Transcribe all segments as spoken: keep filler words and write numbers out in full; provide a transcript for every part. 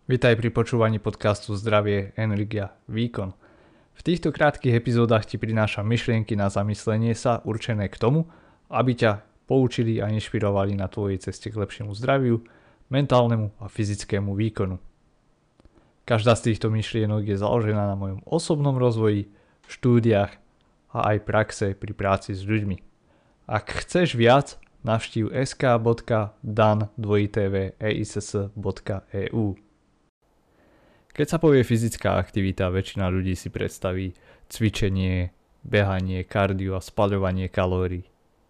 Vitaj pri počúvaní podcastu Zdravie, energia, výkon. V týchto krátkych epizódach ti prinášam myšlienky na zamyslenie sa určené k tomu, aby ťa poučili a inšpirovali na tvojej ceste k lepšiemu zdraviu, mentálnemu a fyzickému výkonu. Každá z týchto myšlienok je založená na mojom osobnom rozvoji, štúdiách a aj praxe pri práci s ľuďmi. Ak chceš viac, navštív es ká bodka dan dvojité vé eiss bodka é ú. Keď sa povie fyzická aktivita, väčšina ľudí si predstaví cvičenie, behanie, kardio a spaľovanie kalórií.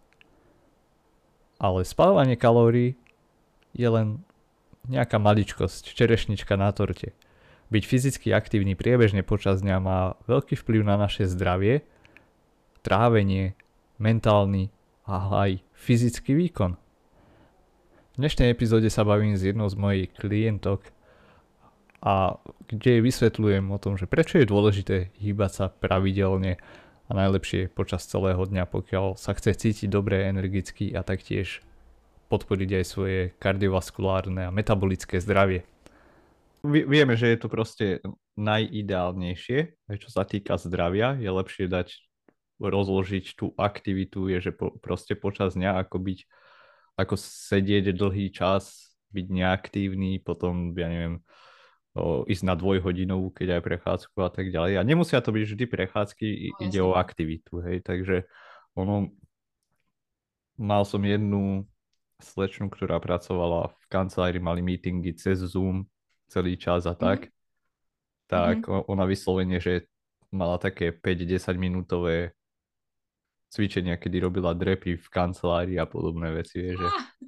Ale spaľovanie kalórií je len nejaká maličkosť, čerešnička na torte. Byť fyzicky aktívny priebežne počas dňa má veľký vplyv na naše zdravie, trávenie, mentálny a aj fyzický výkon. V dnešnej epizóde sa bavím s jednou z mojich klientok, a kde vysvetľujem o tom, že prečo je dôležité hýbať sa pravidelne a najlepšie počas celého dňa, pokiaľ sa chce cítiť dobre, energicky a taktiež podporiť aj svoje kardiovaskulárne a metabolické zdravie. Vieme, že je to proste najideálnejšie, aj čo sa týka zdravia, je lepšie dať rozložiť tú aktivitu, je, že po, proste počas dňa ako byť, ako sedieť dlhý čas, byť neaktívny, potom, ja neviem, O, ísť na dvojhodinovú, keď aj prechádzku a tak ďalej. A nemusia to byť vždy prechádzky, No, ide o aktivitu, hej. Takže ono, mal som jednu slečnu, ktorá pracovala v kancelárii, mali meetingy cez Zoom celý čas a tak. Mm-hmm. Tak ona vyslovene, že mala také päť až desať minútové cvičenia, kedy robila drepy v kancelárii a podobné veci, vieš, že Ah,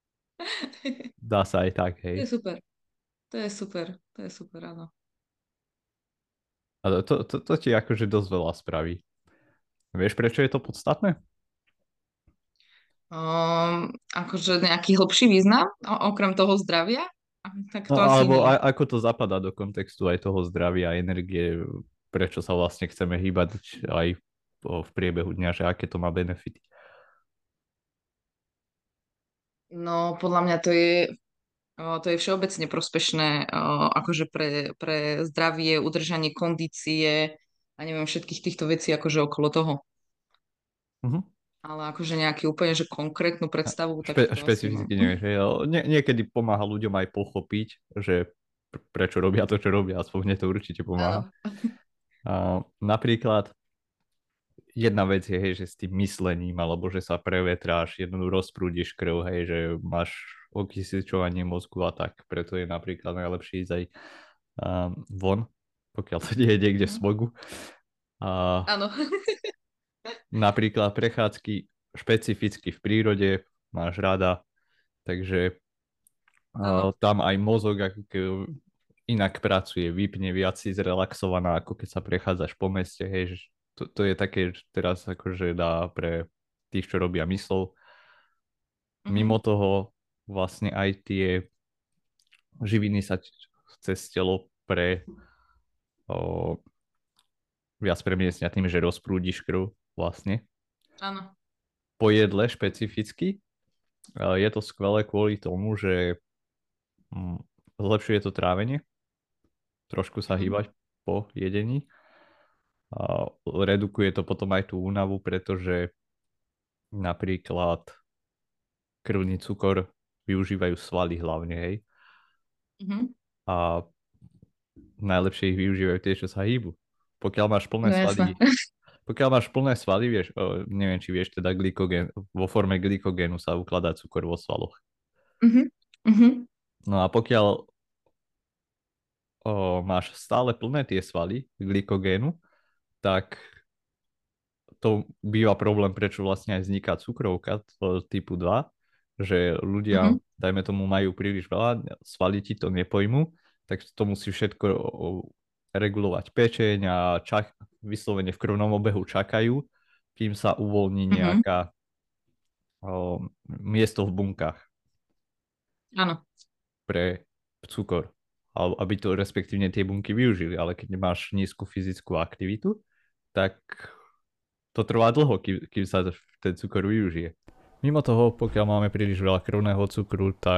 dá sa aj tak, to je hej. super. To je super. To je super, áno. A to, to, to ti akože dosť veľa spraví. Vieš, prečo je to podstatné? Um, akože nejaký hlbší význam, o- okrem toho zdravia? A tak No to asi alebo nie. a, ako to zapadá do kontextu aj toho zdravia a energie, prečo sa vlastne chceme hýbať aj po- v priebehu dňa, že aké to má benefity. No, podľa mňa to je, o, to je všeobecne prospešné, o, akože pre, pre zdravie, udržanie kondície a neviem, všetkých týchto vecí akože okolo toho. Mhm. Ale akože nejaký úplne, že konkrétnu predstavu, tak Špe, to asi no. špecificky nevieš. hej, ale Nie, niekedy pomáha ľuďom aj pochopiť, že pr- prečo robia to, čo robia. Aspoň mne to určite pomáha. Áno. A, napríklad jedna vec je, hej, že s tým myslením, alebo že sa prevetráš, jednu rozprúdiš krv, hej, že máš okysličovanie mozgu a tak. Preto je napríklad najlepšie ísť aj um, von, pokiaľ sa deje niekde v Mhm. smogu. A Áno. napríklad prechádzky špecificky v prírode máš rada, takže uh, Áno. tam aj mozog ako ke- inak pracuje, vypne, viac si zrelaxovaná, ako keď sa prechádzaš po meste, hej, že to, to je také že teraz akože dá pre tých, čo robia mysl. Mimo Mhm. toho vlastne aj tie živiny sa t- cez telo pre o, viac premiesňa tým, že rozprúdiš krv vlastne. Áno. Po jedle špecificky a je to skvelé kvôli tomu, že mm, zlepšuje to trávenie, trošku sa Mhm. hýbať po jedení a redukuje to potom aj tú únavu, pretože napríklad krvný cukor využívajú svaly hlavne, hej. Mhm. A najlepšie ich využívajú tie, čo sa hýbu. Pokiaľ máš plné No jasné. svaly, pokiaľ máš plné svaly, vieš, o, neviem, či vieš, teda glykogén, vo forme glykogénu sa ukladá cukor vo svaloch. Mhm. Mhm. No a pokiaľ o, máš stále plné tie svaly glykogénu, tak to býva problém, prečo vlastne aj vzniká cukrovka t- typu dva, že ľudia, Mhm. dajme tomu, majú príliš veľa, svaly ti to nepojmu, tak to musí všetko o, regulovať pečeň a čak, vyslovene v krvnom obehu čakajú, kým sa uvoľní Mhm. nejaká o, miesto v bunkách Áno. pre cukor, alebo aby to respektívne tie bunky využili, ale keď máš nízku fyzickú aktivitu, tak to trvá dlho, kým, kým sa ten cukor využije. Mimo toho, pokiaľ máme príliš veľa krvného cukru, tak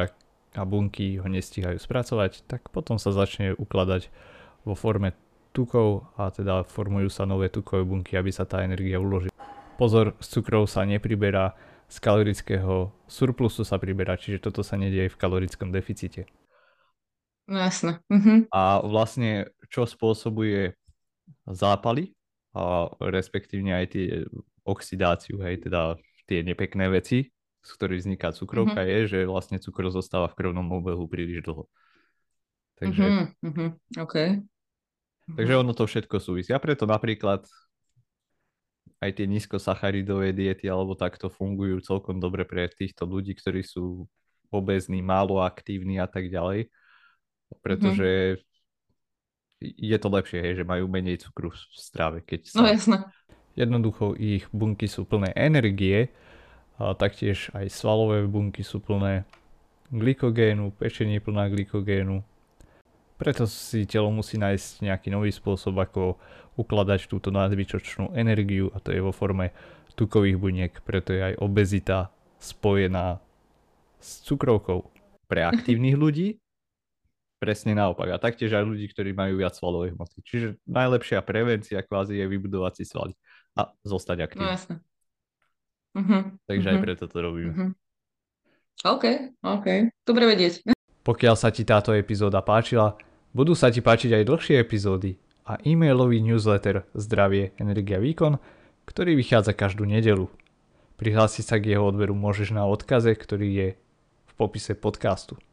a bunky ho nestíhajú spracovať, tak potom sa začne ukladať vo forme tukov a teda formujú sa nové tukové bunky, aby sa tá energia uložila. Pozor, z cukrov sa nepriberá, z kalorického surplusu sa priberá, čiže toto sa nedieje v kalorickom deficite. No jasné. Mhm. A vlastne čo spôsobuje zápaly a respektívne aj tie oxidáciu, hej, teda tie nepekné veci, z ktorých vzniká cukrovka, Mhm. je, že vlastne cukor zostáva v krvnom obehu príliš dlho. Takže, Mhm. Mhm. OK. takže Mhm. ono to všetko súvisí. A preto napríklad aj tie nízkosacharidové diety alebo takto fungujú celkom dobre pre týchto ľudí, ktorí sú obezní, málo aktívni a tak ďalej, Mhm. pretože je to lepšie, hej, že majú menej cukru v strave, keď No sa jasné. jednoducho ich bunky sú plné energie, a taktiež aj svalové bunky sú plné glykogénu, pečenie plná glykogénu. Preto si telo musí nájsť nejaký nový spôsob, ako ukladať túto nadbytočnú energiu a to je vo forme tukových buniek. Preto je aj obezita spojená s cukrovkou. Pre aktívnych ľudí presne naopak. A taktiež aj ľudí, ktorí majú viac svalovej hmoty. Čiže najlepšia prevencia kvázi je vybudovať si svaly a zostať No aktívny. jasné. Mhm. Takže aj Mhm. preto to robíme. Mhm. OK, OK. Dobre vedieť. Pokiaľ sa ti táto epizóda páčila, budú sa ti páčiť aj dlhšie epizódy a e-mailový newsletter Zdravie, energia, výkon, ktorý vychádza každú nedelu. Prihlásiť sa k jeho odberu môžeš na odkaze, ktorý je v popise podcastu.